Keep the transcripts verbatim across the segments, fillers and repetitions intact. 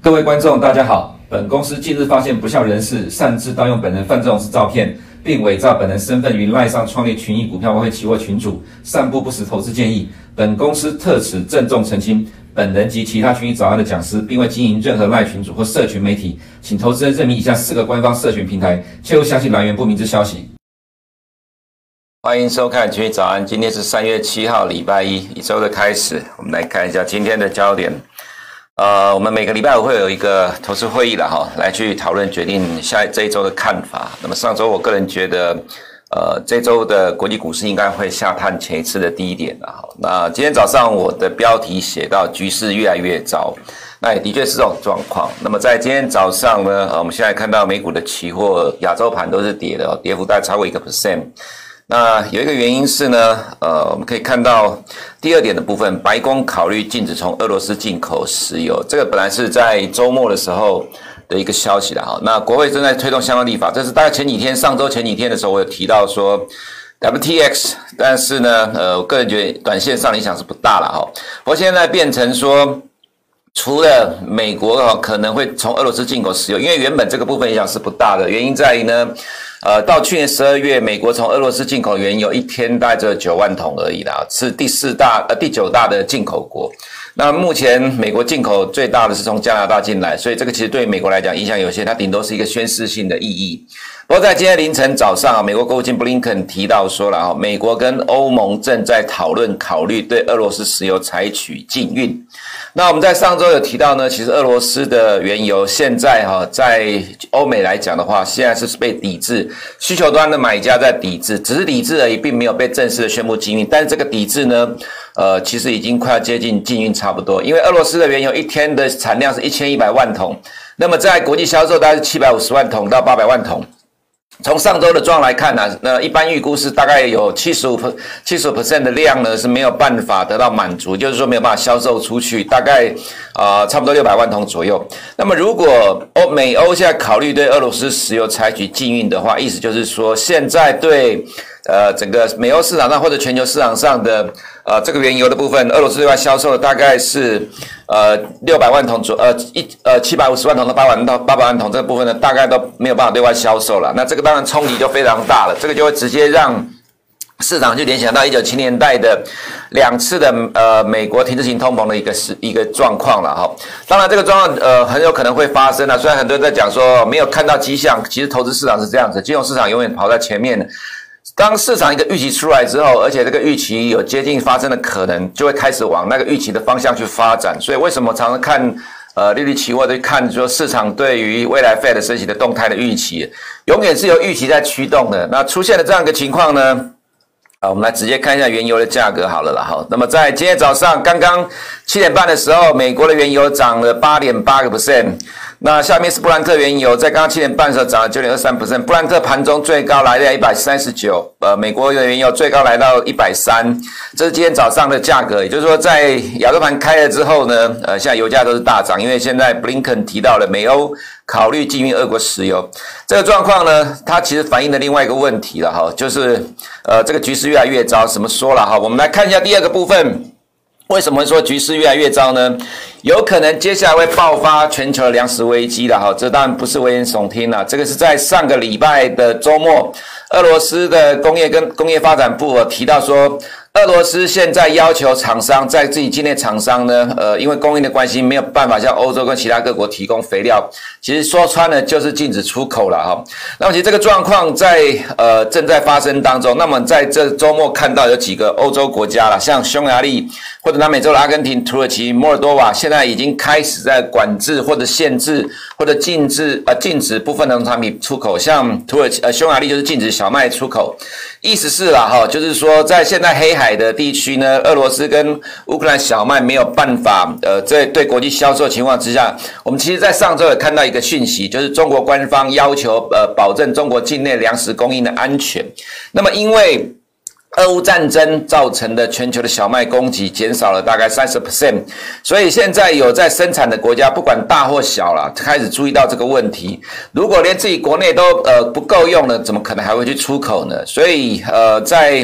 各位观众，大家好。本公司近日发现不肖人士擅自盗用本人范仲式照片，并伪造本人身份于 LINE 上创立群益股票外汇期货群组，散布不实投资建议。本公司特此郑重澄清，本人及其他群益早安的讲师，并未经营任何 LINE 群组或社群媒体，请投资人认明以下四个官方社群平台，切勿相信来源不明之消息。 欢迎收看群益早安，今天是三月七号，礼拜一，一周的开始。我们来看一下今天的焦点。呃，我们每个礼拜五会有一个投资会议了哈，来去讨论决定下这一周的看法。那么上周我个人觉得，呃，这周的国际股市应该会下探前一次的低点了哈。那今天早上我的标题写到局势越来越糟，那也的确是这种状况。那么在今天早上呢，呃，我们现在看到美股的期货、亚洲盘都是跌的哦，跌幅大概超过一个 percent。那有一个原因是呢，呃，我们可以看到第二点的部分，白宫考虑禁止从俄罗斯进口石油，这个本来是在周末的时候的一个消息啦哈。那国会正在推动相关立法，这是大概前几天，上周前几天的时候，我有提到说 W T X， 但是呢，呃，我个人觉得短线上影响是不大了哈。不过现在变成说，除了美国可能会从俄罗斯进口石油，因为原本这个部分影响是不大的，原因在于呢。呃，到去年十二月，美国从俄罗斯进口原油一天大概只有九万桶而已啦，是第四大呃第九大的进口国。那目前美国进口最大的是从加拿大进来，所以这个其实对美国来讲影响有限，它顶多是一个宣示性的意义。不过在今天凌晨早上啊，美国国务卿布林肯提到说了啊，美国跟欧盟正在讨论考虑对俄罗斯石油采取禁运。那我们在上周有提到呢，其实俄罗斯的原油现在哈、啊、在欧美来讲的话，现在是被抵制，需求端的买家在抵制，只是抵制而已，并没有被正式的宣布禁运。但是这个抵制呢，呃，其实已经快要接近禁运差不多，因为俄罗斯的原油一天的产量是一千一百万桶，那么在国际销售大概是七百五十万桶到八百万桶。从上周的状况来看呢、啊，那一般预估是大概有 百分之七十五 百分之七十五 的量呢是没有办法得到满足，就是说没有办法销售出去，大概呃差不多六百万桶左右。那么如果欧美欧现在考虑对俄罗斯石油采取禁运的话，意思就是说现在对呃整个美欧市场上或者全球市场上的呃这个原油的部分，俄罗斯对外销售的大概是呃六百万桶左呃一呃七百五十万桶到八百万到八百万桶这个部分呢，大概都没有办法对外销售了。那这个当然冲击就非常大了，这个就会直接让市场去联想到一九七零年代的两次的呃美国停滞型通膨的一个是一个状况了哈。当然这个状况呃很有可能会发生啊，虽然很多人在讲说没有看到迹象，其实投资市场是这样子，金融市场永远跑在前面的。当市场一个预期出来之后，而且这个预期有接近发生的可能，就会开始往那个预期的方向去发展。所以为什么常常看呃利率期货去看说市场对于未来 Fed 升息的动态的预期，永远是由预期在驱动的。那出现了这样一个情况呢？啊，我们来直接看一下原油的价格好了啦。好，那么在今天早上刚刚七点半的时候，美国的原油涨了 八点八个 percent。那下面是布兰特原油，在刚刚七点半的时候涨了 九点二三 percent， 布兰特盘中最高来到一百三十九，呃，美国的原油最高来到一百三十，这是今天早上的价格，也就是说在亚洲盘开了之后呢，呃，现在油价都是大涨，因为现在布林肯提到了美欧考虑禁运俄国石油，这个状况呢，它其实反映了另外一个问题了哈，就是呃，这个局势越来越糟，怎么说了哈？我们来看一下第二个部分。为什么会说局势越来越糟呢？有可能接下来会爆发全球的粮食危机了哈，这当然不是危言耸听了，这个是在上个礼拜的周末，俄罗斯的工业跟工业发展部有提到说，俄罗斯现在要求厂商在自己境内厂商呢，呃，因为供应的关系没有办法向欧洲跟其他各国提供肥料，其实说穿了就是禁止出口了哈。那么其实这个状况在呃正在发生当中。那么在这周末看到有几个欧洲国家了，像匈牙利或者南美洲的阿根廷、土耳其、摩尔多瓦，现在已经开始在管制或者限制或者禁止呃禁止部分农产品出口，像土耳其呃匈牙利就是禁止小麦出口。意思是啦哈，就是说在现在黑海的地区呢，俄罗斯跟乌克兰小麦没有办法呃在对国际销售的情况之下，我们其实在上周也看到一个讯息，就是中国官方要求呃保证中国境内粮食供应的安全。那么因为俄乌战争造成的全球的小麦供给减少了大概 百分之三十， 所以现在有在生产的国家不管大或小啦，开始注意到这个问题。如果连自己国内都呃不够用了，怎么可能还会去出口呢？所以呃在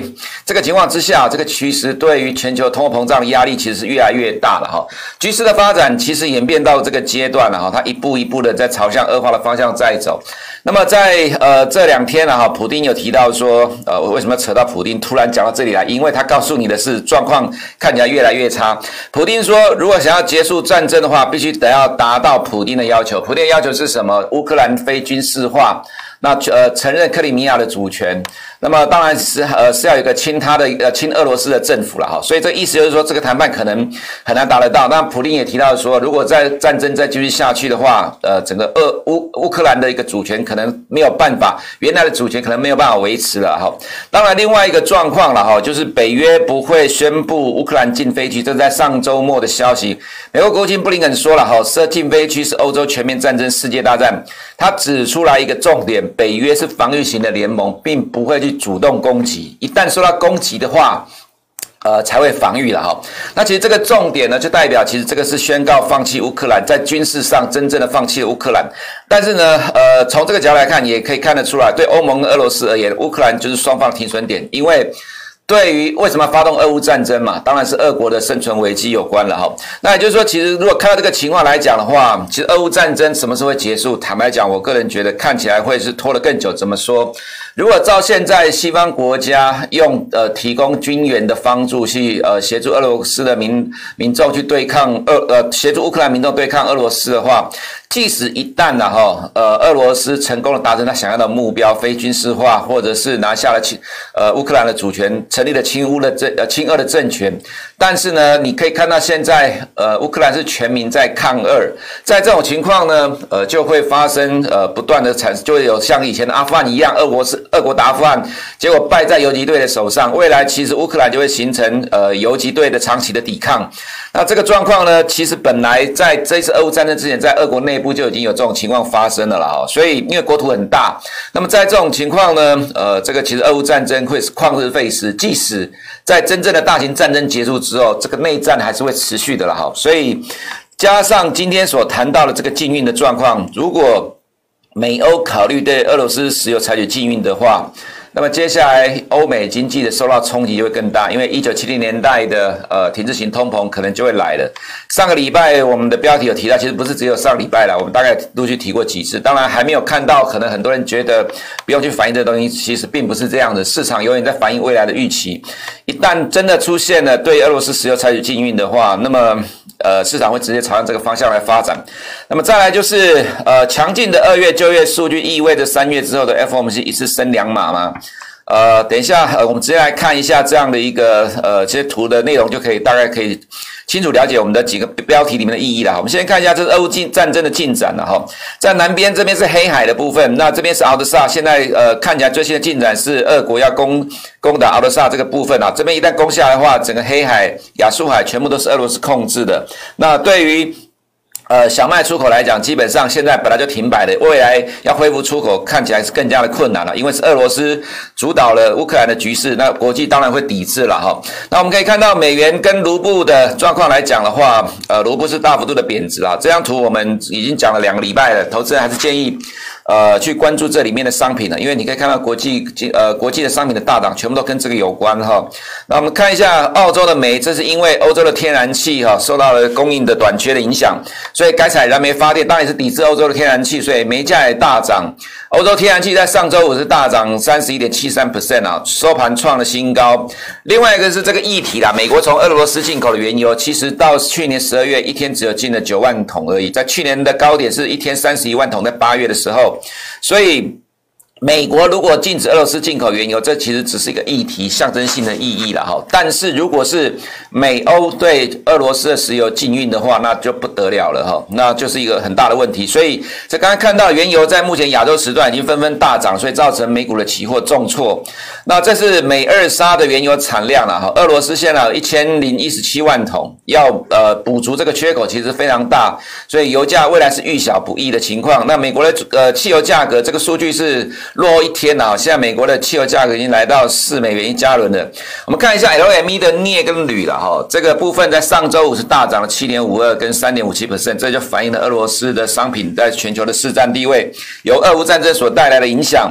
这个情况之下，这个其实对于全球通货膨胀的压力其实是越来越大了哈。局势的发展其实演变到这个阶段了哈，它一步一步的在朝向恶化的方向在走。那么在呃这两天了哈，普丁有提到说，呃，为什么扯到普丁突然讲到这里来？因为他告诉你的是状况看起来越来越差。普丁说，如果想要结束战争的话，必须得要达到普丁的要求。普丁的要求是什么？乌克兰非军事化。那呃承认克里米亚的主权，那么当然是呃是要有一个亲他的呃亲俄罗斯的政府了哈，所以这意思就是说这个谈判可能很难达得到。那普丁也提到说，如果在战争再继续下去的话，呃整个俄乌乌克兰的一个主权可能没有办法，原来的主权可能没有办法维持了哈。当然另外一个状况了哈，就是北约不会宣布乌克兰禁飞区，这是在上周末的消息。美国国务卿布林肯说了哈，设禁飞区是欧洲全面战争世界大战，他指出来一个重点。北约是防御型的联盟，并不会去主动攻击。一旦受到攻击的话，呃，才会防御了哈。那其实这个重点呢，就代表其实这个是宣告放弃乌克兰，在军事上真正的放弃了乌克兰。但是呢，呃，从这个角度来看，也可以看得出来，对欧盟跟俄罗斯而言，乌克兰就是双方停损点，因为对于为什么发动俄乌战争嘛，当然是俄国的生存危机有关了哈。那也就是说，其实如果看到这个情况来讲的话，其实俄乌战争什么时候会结束？坦白讲，我个人觉得看起来会是拖得更久。怎么说？如果照现在西方国家用呃提供军援的帮助去呃协助俄罗斯的民民众去对抗俄呃协助乌克兰民众对抗俄罗斯的话，即使一旦呢哈呃俄罗斯成功的达成他想要的目标，非军事化，或者是拿下了亲呃乌克兰的主权，成立了亲乌的政呃亲俄的政权，但是呢，你可以看到现在呃乌克兰是全民在抗俄，在这种情况呢，呃就会发生呃不断的产就会有像以前的阿富汗一样，俄国是俄国打阿富汗，结果败在游击队的手上，未来其实乌克兰就会形成呃游击队的长期的抵抗。那这个状况呢，其实本来在这一次俄乌战争之前，在俄国内部就已经有这种情况发生了啦哈，所以因为国土很大，那么在这种情况呢，呃，这个其实俄乌战争会是旷日费时，即使在真正的大型战争结束之后，这个内战还是会持续的啦哈，所以加上今天所谈到的这个禁运的状况，如果美欧考虑对俄罗斯石油采取禁运的话，那么接下来欧美经济的受到冲击就会更大，因为一九七零年代的呃停滞型通膨可能就会来了。上个礼拜我们的标题有提到，其实不是只有上礼拜啦，我们大概陆续提过几次，当然还没有看到，可能很多人觉得不用去反映这个东西，其实并不是这样的，市场永远在反映未来的预期。一旦真的出现了对俄罗斯石油采取禁运的话，那么呃市场会直接朝向这个方向来发展。那么再来就是呃强劲的二月就业数据意味着三月之后的 F O M C 一次升两码吗？呃，等一下，呃，我们直接来看一下这样的一个呃这些图的内容，就可以大概可以清楚了解我们的几个标题里面的意义了。我们先看一下这是俄乌战争的进展了哈，在南边这边是黑海的部分，那这边是敖德萨，现在呃看起来最新的进展是俄国要攻攻打敖德萨这个部分啊，这边一旦攻下来的话，整个黑海、亚速海全部都是俄罗斯控制的。那对于呃，小麦出口来讲，基本上现在本来就停摆的，未来要恢复出口看起来是更加的困难了，因为是俄罗斯主导了乌克兰的局势，那国际当然会抵制了哈。那我们可以看到美元跟卢布的状况来讲的话，呃，卢布是大幅度的贬值啊。这张图我们已经讲了两个礼拜了，投资人还是建议呃去关注这里面的商品了，因为你可以看到国际呃国际的商品的大涨，全部都跟这个有关哈。那我们看一下澳洲的煤，这是因为欧洲的天然气哈受到了供应的短缺的影响。所以该采燃煤发电当然也是抵制欧洲的天然气，所以煤价也大涨。欧洲天然气在上周五是大涨 百分之三十一点七三 啊，收盘创了新高。另外一个是这个议题啦，美国从俄罗斯进口的原油，其实到去年十二月一天只有进了九万桶而已，在去年的高点是一天三十一万桶，在八月的时候，所以美国如果禁止俄罗斯进口原油，这其实只是一个议题，象征性的意义啦哈。但是如果是美欧对俄罗斯的石油禁运的话，那就不得了了哈，那就是一个很大的问题。所以这刚才看到原油在目前亚洲时段已经纷纷大涨，所以造成美股的期货重挫。那这是美二沙的原油产量啦哈，俄罗斯现在有一千零一十七万桶，要呃补足这个缺口其实非常大，所以油价未来是遇小不易的情况。那美国的呃汽油价格这个数据是落一天啊，现在美国的汽油价格已经来到四美元一加仑了。我们看一下 L M E 的镍跟铝了哈，这个部分在上周五是大涨了 百分之七点五二 跟 百分之三点五七， 这就反映了俄罗斯的商品在全球的市占地位，由俄乌战争所带来的影响。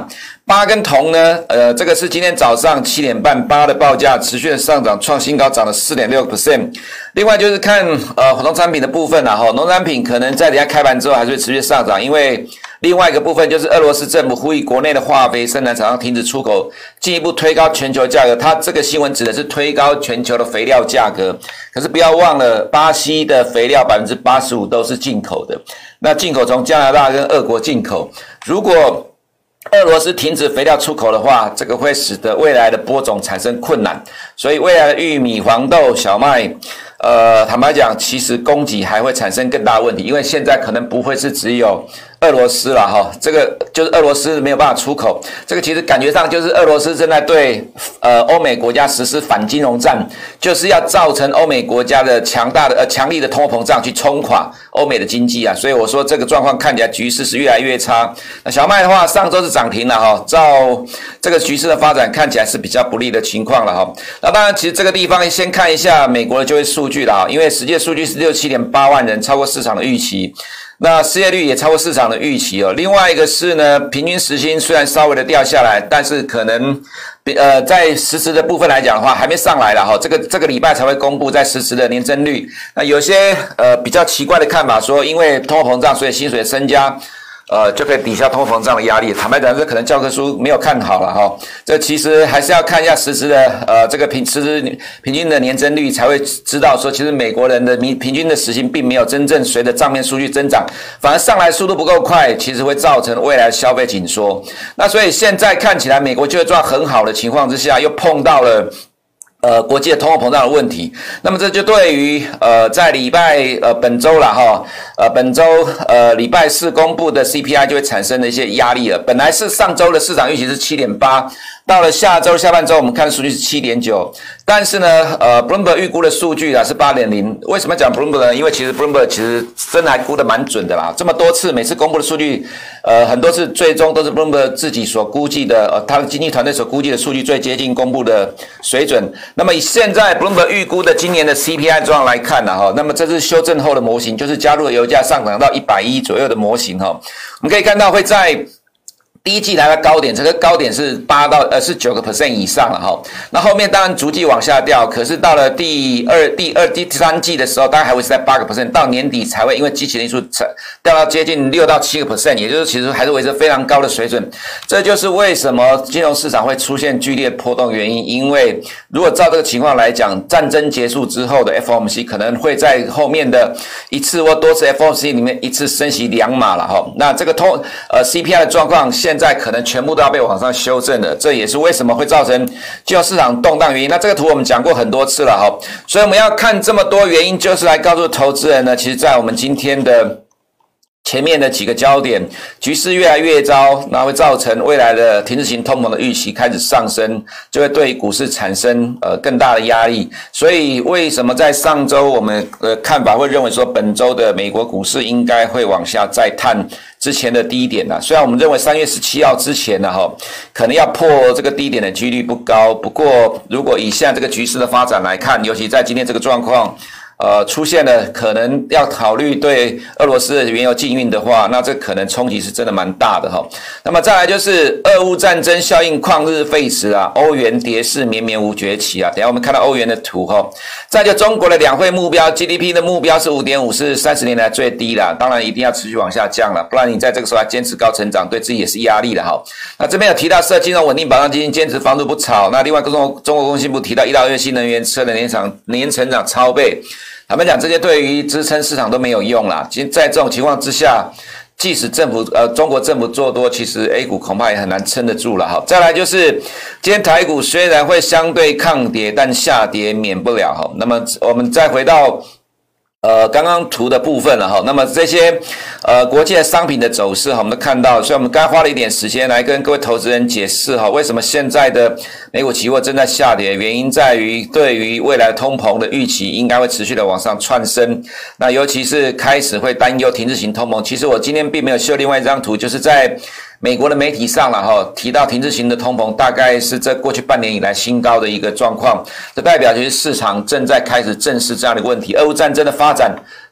钯跟铜呢，呃，这个是今天早上七点半钯的报价持续的上涨，创新高，涨了 百分之四点六。另外就是看呃农产品的部分啦，哈，农产品可能在等一下开盘之后还是会持续上涨，因为另外一个部分就是俄罗斯政府呼吁国内的化肥生产厂商停止出口，进一步推高全球价格。它这个新闻指的是推高全球的肥料价格，可是不要忘了，巴西的肥料 百分之八十五 都是进口的，那进口从加拿大跟俄国进口，如果俄罗斯停止肥料出口的话，这个会使得未来的播种产生困难，所以未来的玉米、黄豆、小麦，呃，坦白讲，其实供给还会产生更大的问题，因为现在可能不会是只有俄罗斯了哈，这个就是俄罗斯没有办法出口，这个其实感觉上就是俄罗斯正在对呃欧美国家实施反金融战，就是要造成欧美国家的强大的呃强力的通货膨胀去冲垮欧美的经济啊，所以我说这个状况看起来局势是越来越差。那小麦的话，上周是涨停了哈，照这个局势的发展看起来是比较不利的情况了哈。那当然，其实这个地方先看一下美国的就业数据了哈，因为实际数据是 六十七点八万人，超过市场的预期。那失业率也超过市场的预期哦。另外一个是呢，平均时薪虽然稍微的掉下来，但是可能呃在实时的部分来讲的话，还没上来了哈。这个这个礼拜才会公布在实时的年增率。那有些呃比较奇怪的看法说，因为通货膨胀，所以薪水增加。呃，就可以抵消通货膨胀的压力。坦白讲，这可能教科书没有看好了哈。这其实还是要看一下实时的呃这个平实时平均的年增率，才会知道说，其实美国人的平平均的时薪并没有真正随着账面数据增长，反而上来速度不够快，其实会造成未来消费紧缩。那所以现在看起来，美国就业状况很好的情况之下，又碰到了。呃，国际的通货膨胀的问题，那么这就对于呃，在礼拜呃本周啦哈，呃本周呃礼拜四公布的 C P I 就会产生了一些压力了。本来是上周的市场预期是 七点八， 到了下周下半周我们看的数据是 七点九， 但是呢，呃 Bloomberg 预估的数据啊是 八点零。为什么讲 Bloomberg 呢？因为其实 Bloomberg 其实真的还估得蛮准的啦，这么多次每次公布的数据，呃很多次最终都是 Bloomberg 自己所估计的，呃他的经济团队所估计的数据最接近公布的水准。那么以现在 Bloomberg 预估的今年的 C P I 状况来看呢，哈，那么这是修正后的模型，就是加入了油价上涨到一百一左右的模型哈。我们可以看到会在第一季来的高点，这个高点是八到呃是 百分之九 以上了哈。那后面当然逐季往下掉，可是到了第二、第二、第三季的时候，大概还会是在 百分之八， 到年底才会因为基期的因素掉到接近六到七个 percent， 也就是其实还是维持非常高的水准。这就是为什么金融市场会出现剧烈波动原因。因为如果照这个情况来讲，战争结束之后的 F O M C 可能会在后面的一次或多次 F O M C 里面一次升息两码了哈。那这个通呃 C P I 的状况现在可能全部都要被往上修正的，这也是为什么会造成金融市场动荡原因。那这个图我们讲过很多次了哈，所以我们要看这么多原因，就是来告诉投资人呢，其实在我们今天的前面的几个焦点，局势越来越糟，那会造成未来的停滞型通膨的预期开始上升，就会对股市产生呃更大的压力。所以为什么在上周我们的看法会认为说本周的美国股市应该会往下再探之前的低点呢？虽然我们认为三月十七号之前呢，哈，可能要破这个低点的几率不高，不过如果以现在这个局势的发展来看，尤其在今天这个状况。呃，出现了可能要考虑对俄罗斯的原油禁运的话，那这可能冲击是真的蛮大的哈。那么再来就是俄乌战争效应旷日费时啊，欧元跌势绵绵无绝期啊。等一下我们看到欧元的图哈。再就中国的两会目标 G D P 的目标是 五点五， 是三十年来最低啦，当然一定要持续往下降了，不然你在这个时候还坚持高成长，对自己也是压力的哈。那这边有提到设金融稳定保障基金，坚持房租不炒。那另外中国中国工信部提到一到二月新能源车的年长年成长超倍。坦白讲，这些对于支撑市场都没有用啦。其实在这种情况之下，即使政府呃中国政府做多，其实 A 股恐怕也很难撑得住了哈。再来就是今天台股虽然会相对抗跌，但下跌免不了哈。那么我们再回到。呃，刚刚图的部分了哈，那么这些呃国际的商品的走势哈，我们都看到，所以我们刚才花了一点时间来跟各位投资人解释哈，为什么现在的美股期货正在下跌，原因在于对于未来通膨的预期应该会持续的往上窜升，那尤其是开始会担忧停滞型通膨。其实我今天并没有秀另外一张图，就是在美国的媒体上了哈，提到停滞型的通膨大概是这过去半年以来新高的一个状况，这代表就是市场正在开始正视这样的问题。俄乌战争的发展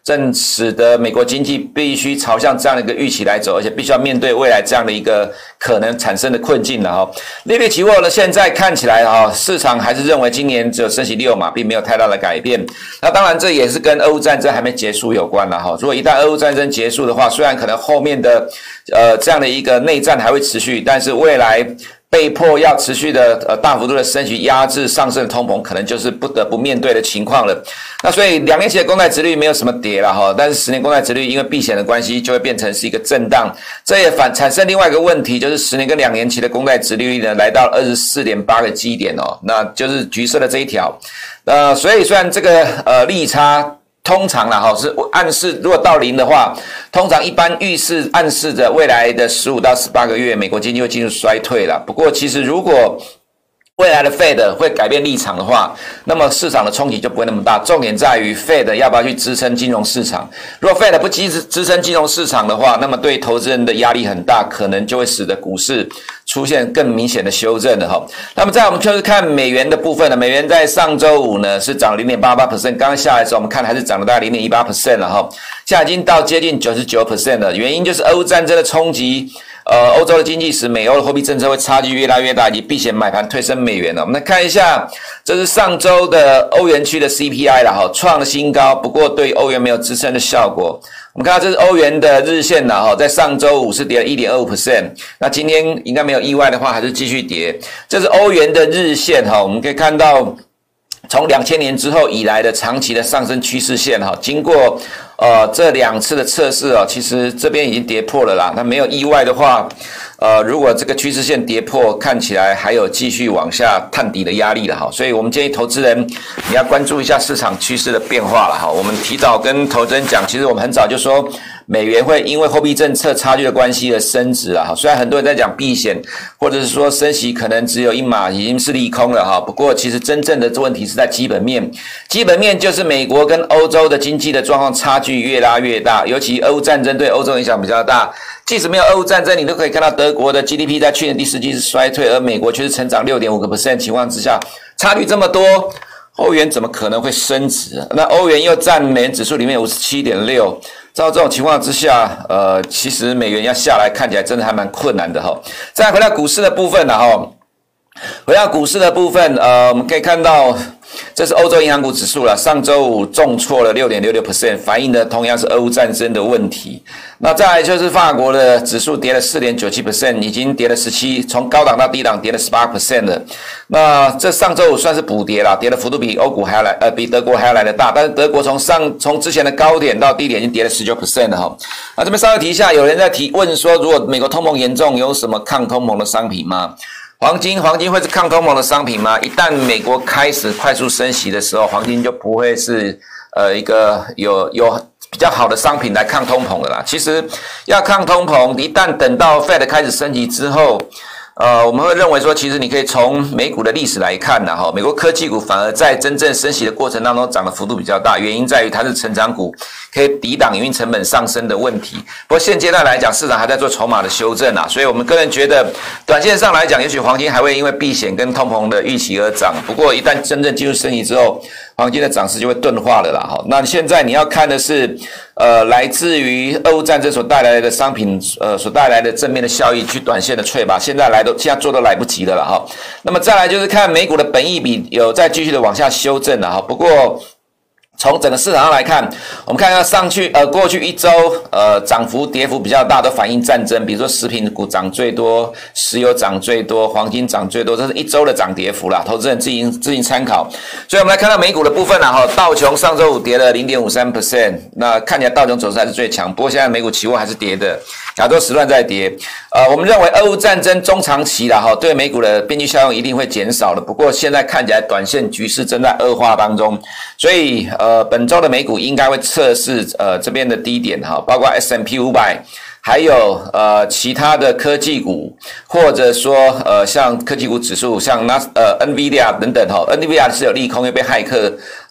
正使得美国经济必须朝向这样的一个预期来走，而且必须要面对未来这样的一个可能产生的困境了哈。利率期货呢，现在看起来哈，市场还是认为今年只有升息六码，并没有太大的改变。那当然，这也是跟俄乌战争还没结束有关了哈。如果一旦俄乌战争结束的话，虽然可能后面的呃这样的一个内战还会持续，但是未来被迫要持续的呃大幅度的升息压制上升的通膨，可能就是不得不面对的情况了。那所以两年期的公债殖利率没有什么跌了哈，但是十年公债殖利率因为避险的关系，就会变成是一个震荡。这也反产生另外一个问题，就是十年跟两年期的公债殖利率呢，来到 二十四点八 个基点哦，那就是橘色的这一条。呃，所以虽然这个呃利差通常啦哈是暗示，如果到零的话，通常一般预示暗示着未来的十五到十八个月，美国经济会进入衰退了。不过，其实如果未来的 Fed 会改变立场的话，那么市场的冲击就不会那么大。重点在于 Fed 要不要去支撑金融市场。如果 Fed 不支支撑金融市场的话，那么对投资人的压力很大，可能就会使得股市出现更明显的修正了哈。那么在我们就是看美元的部分呢，美元在上周五呢是涨 零点八八 percent， 刚刚下来的时候我们看还是涨了大概 零点一八 percent 了哈，现在已经到接近 百分之九十九 了。原因就是俄乌战争的冲击。呃，欧洲的经济使美欧的货币政策会差距越来越大，以及避险买盘推升美元了。我们来看一下，这是上周的欧元区的 C P I 了哈，创了新高，不过对欧元没有支撑的效果。我们看到这是欧元的日线了哈，在上周五是跌了 百分之一点二五， 那今天应该没有意外的话，还是继续跌。这是欧元的日线哈，我们可以看到。从两千年之后以来的长期的上升趋势线哈，经过呃这两次的测试哦，其实这边已经跌破了啦。那没有意外的话，呃，如果这个趋势线跌破，看起来还有继续往下探底的压力了哈。所以我们建议投资人你要关注一下市场趋势的变化了哈。我们提早跟投资人讲，其实我们很早就说。美元会因为货币政策差距的关系而升值啊，虽然很多人在讲避险，或者是说升息可能只有一码，已经是利空了哈。不过其实真正的问题是在基本面，基本面就是美国跟欧洲的经济的状况差距越拉越大，尤其俄乌战争对欧洲影响比较大。即使没有俄乌战争，你都可以看到德国的 G D P 在去年第四季是衰退，而美国却是成长 百分之六点五 的情况之下，差距这么多。欧元怎么可能会升值？那欧元又占美元指数里面 五十七点六， 照这种情况之下，呃，其实美元要下来看起来真的还蛮困难的哈。再回到股市的部分了哈，回到股市的部分，呃，我们可以看到。这是欧洲银行股指数了，上周五重挫了 百分之六点六六， 反映的同样是俄乌战争的问题。那再来就是法国的指数跌了 百分之四点九七， 已经跌了十七，从高档到低档跌了 百分之十八 了。那这上周五算是补跌了，跌的幅度比欧股还要来，呃，比德国还要来的大。但是德国从上从之前的高点到低点已经跌了 百分之十九 了哈。那这边稍微提一下，有人在提问说，如果美国通膨严重，有什么抗通膨的商品吗？黄金，黄金会是抗通膨的商品吗？一旦美国开始快速升息的时候，黄金就不会是呃一个有有比较好的商品来抗通膨的啦。其实要抗通膨，一旦等到 Fed 开始升息之后，呃，我们会认为说，其实你可以从美股的历史来看呢，哈，美国科技股反而在真正升息的过程当中涨的幅度比较大，原因在于它是成长股，可以抵挡营运成本上升的问题。不过现阶段来讲，市场还在做筹码的修正啊，所以我们个人觉得，短线上来讲，也许黄金还会因为避险跟通膨的预期而涨。不过一旦真正进入升息之后，黄金的涨势就会钝化了啦。哈，那现在你要看的是，呃，来自于俄乌战争所带来的商品，呃，所带来的正面的效益，去短线的脆吧。现在来都现在做都来不及了啦。哈，那么再来就是看美股的本益比有在继续的往下修正了哈。不过。从整个市场上来看，我们看看上去呃过去一周呃涨幅跌幅比较大，都反映战争。比如说食品股涨最多，石油涨最多，黄金涨最多，这是一周的涨跌幅啦，投资人自行自行参考。所以我们来看到美股的部分啦哈，道琼上周五跌了 百分之零点五三， 那看起来道琼走势还是最强，不过现在美股期货还是跌的，亚洲时段在跌。呃，我们认为俄乌战争中长期啦哈，对美股的边际效应一定会减少的。不过现在看起来短线局势正在恶化当中，所以呃。呃，本周的美股应该会测试呃这边的低点哈，包括 S and P 五百，还有呃其他的科技股，或者说呃像科技股指数，像那呃 NVIDIA 等等哈 ，NVIDIA 是有利空，又被骇客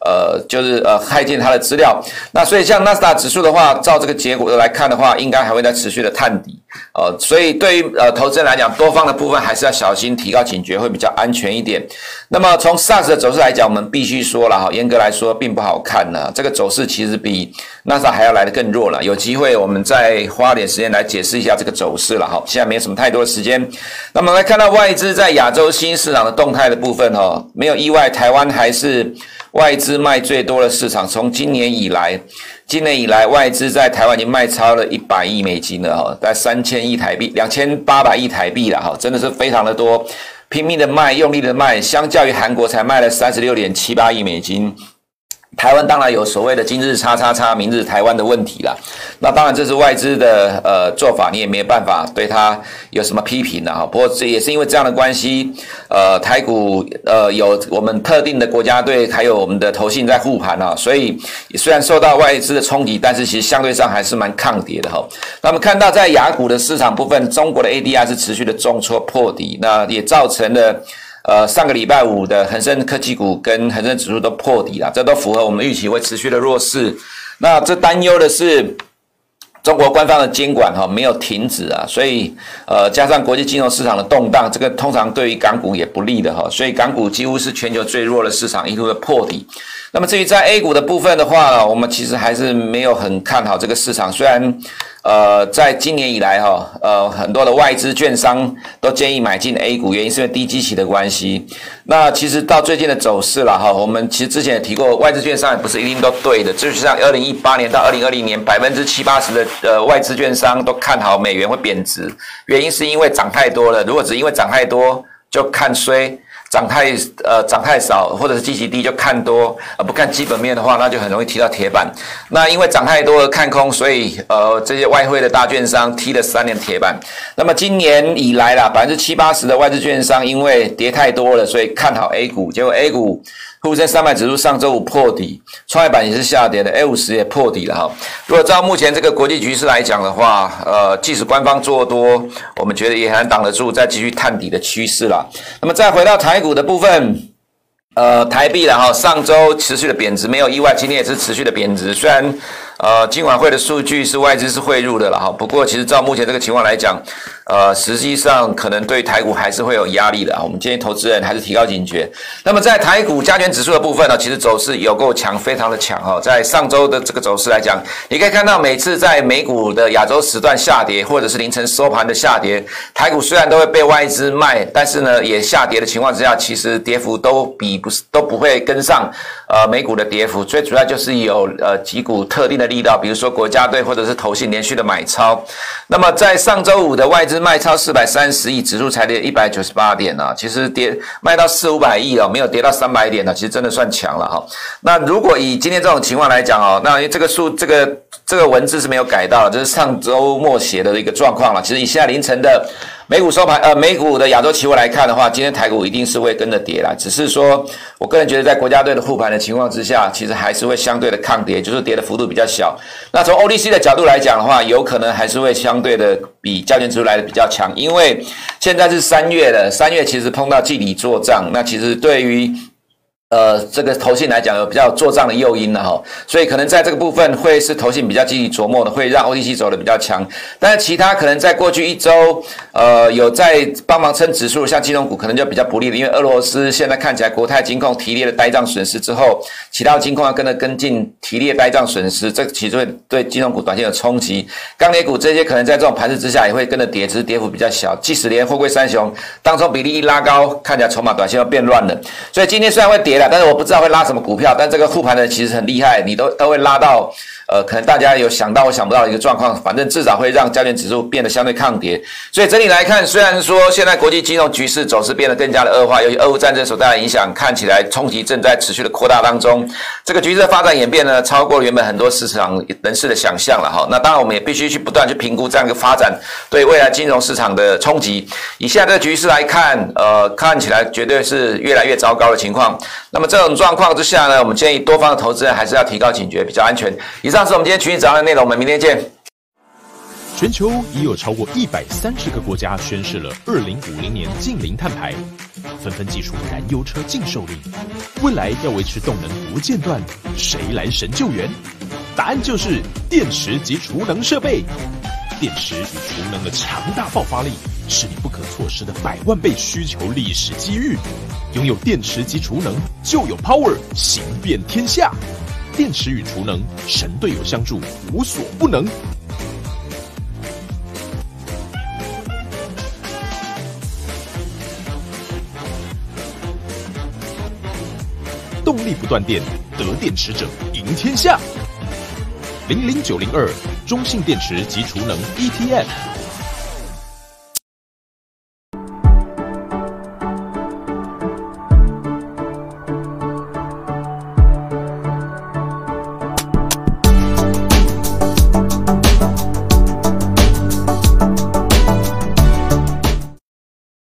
呃，就是呃害进它的资料。那所以像纳斯达克指数的话，照这个结果来看的话，应该还会再持续的探底。呃，所以对于呃投资人来讲，多方的部分还是要小心，提高警觉会比较安全一点。那么从 S A R S 的走势来讲，我们必须说了哈，严格来说并不好看呢。这个走势其实比纳斯达克还要来得更弱了。有机会我们再花点时间来解释一下这个走势了哈。现在没有什么太多的时间。那么来看到外资在亚洲新市场的动态的部分哈，没有意外，台湾还是外资卖最多的市场。从今年以来。今年以来，外资在台湾已经卖超了一百亿美金了哈，大概三千亿台币，两千八百亿台币了哈，真的是非常的多，拼命的卖，用力的卖，相较于韩国才卖了三十六点七八亿美金。台湾当然有所谓的今日叉叉叉，明日台湾的问题啦。那当然这是外资的呃做法，你也没有办法对它有什么批评啦哈。不过这也是因为这样的关系，呃，台股呃有我们特定的国家队，还有我们的投信在护盘啊，所以虽然受到外资的冲击，但是其实相对上还是蛮抗跌的哈。那我们看到在亚股的市场部分，中国的 A D R 是持续的重挫破底，那也造成了。呃，上个礼拜五的恒生科技股跟恒生指数都破底了，这都符合我们预期会持续的弱势。那这担忧的是中国官方的监管哈没有停止啊，所以呃加上国际金融市场的动荡，这个通常对于港股也不利的哈，所以港股几乎是全球最弱的市场，一路的破底。那么至于在 A 股的部分的话，我们其实还是没有很看好这个市场，虽然。呃，在今年以来哈，呃，很多的外资券商都建议买进 A 股，原因是因为低基期的关系。那其实到最近的走势了哈，我们其实之前也提过，外资券商也不是一定都对的。就像二零一八年到二零二零年，百分之七八十的呃外资券商都看好美元会贬值，原因是因为涨太多了。如果只因为涨太多就看衰。涨太呃涨太少，或者是基期低就看多，呃不看基本面的话，那就很容易踢到铁板。那因为涨太多而看空，所以呃这些外汇的大券商踢了三年铁板。那么今年以来啦，百分之七八十的外资券商因为跌太多了，所以看好 A 股，结果 A 股。沪深三百指数上周五破底，创业板也是下跌的 ，A 五十 也破底了哈。如果照目前这个国际局势来讲的话，呃，即使官方做多，我们觉得也很难挡得住再继续探底的趋势啦。那么再回到台股的部分。呃，台币啦哈，上周持续的贬值，没有意外，今天也是持续的贬值。虽然呃，金管会的数据是外资是汇入的了哈，不过其实照目前这个情况来讲，呃，实际上可能对台股还是会有压力的啊。我们建议投资人还是提高警觉。那么在台股加权指数的部分呢，其实走势有够强，非常的强哈。在上周的这个走势来讲，你可以看到每次在美股的亚洲时段下跌，或者是凌晨收盘的下跌，台股虽然都会被外资卖，但是呢，也下跌的情况之下，其实跌幅都比不是都不会跟上呃美股的跌幅。最主要就是有呃几股特定的力道，比如说国家队或者是投信连续的买超。那么在上周五的外资卖超四百三十亿，指数才跌一百九十八点啊，其实跌卖到四五百亿哦，没有跌到三百点呢，其实真的算强了哈。那如果以今天这种情况来讲哦，那因为这个数这个这个文字是没有改到，这是上周末写的一个状况了。其实以现在凌晨的美股收盘，呃，美股的亚洲期货来看的话，今天台股一定是会跟着跌啦。只是说，我个人觉得在国家队的护盘的情况之下，其实还是会相对的抗跌，就是跌的幅度比较小。那从 O T C 的角度来讲的话，有可能还是会相对的比加权指数来的比较强，因为现在是三月了，三月其实碰到季底做账，那其实对于呃，这个投信来讲有比较做账的诱因了哈，所以可能在这个部分会是投信比较积极琢磨的，会让 O T C 走的比较强。但是其他可能在过去一周，呃，有在帮忙撑指数，像金融股可能就比较不利的，因为俄罗斯现在看起来国泰金控提列了呆账损失之后，其他的金控要跟着跟进提列呆账损失，这其实会对金融股短线有冲击。钢铁股这些可能在这种盘势之下也会跟着跌，只是跌幅比较小。即使连货柜三雄当中比例一拉高，看起来筹码短线要变乱了。所以今天虽然会跌，但是我不知道会拉什么股票，但这个护盘的其实很厉害，你都都会拉到，呃，可能大家有想到或想不到的一个状况，反正至少会让加权指数变得相对抗跌。所以整体来看，虽然说现在国际金融局势走势变得更加的恶化，由于俄乌战争所带来的影响，看起来冲击正在持续的扩大当中。这个局势的发展演变呢，超过了原本很多市场人士的想象了哈。那当然，我们也必须去不断去评估这样一个发展对未来金融市场的冲击。以现在这个局势来看，呃，看起来绝对是越来越糟糕的情况。那么这种状况之下呢，我们建议多方的投资人还是要提高警觉，比较安全。以上是我们今天群益早上的内容，我们明天见。 全球已有超过一百三十个国家宣示了二零五零年净零碳排，纷纷祭出燃油车禁售令。未来要维持动能不间断，谁来神救援？答案就是电池及储能设备。电池与储能的强大爆发力，是你不可错失的百万倍需求历史机遇。拥有电池及储能，就有 power 行遍天下。电池与储能，神队友相助，无所不能。动力不断电，得电池者赢天下。零零九零二中信电池及储能 E T F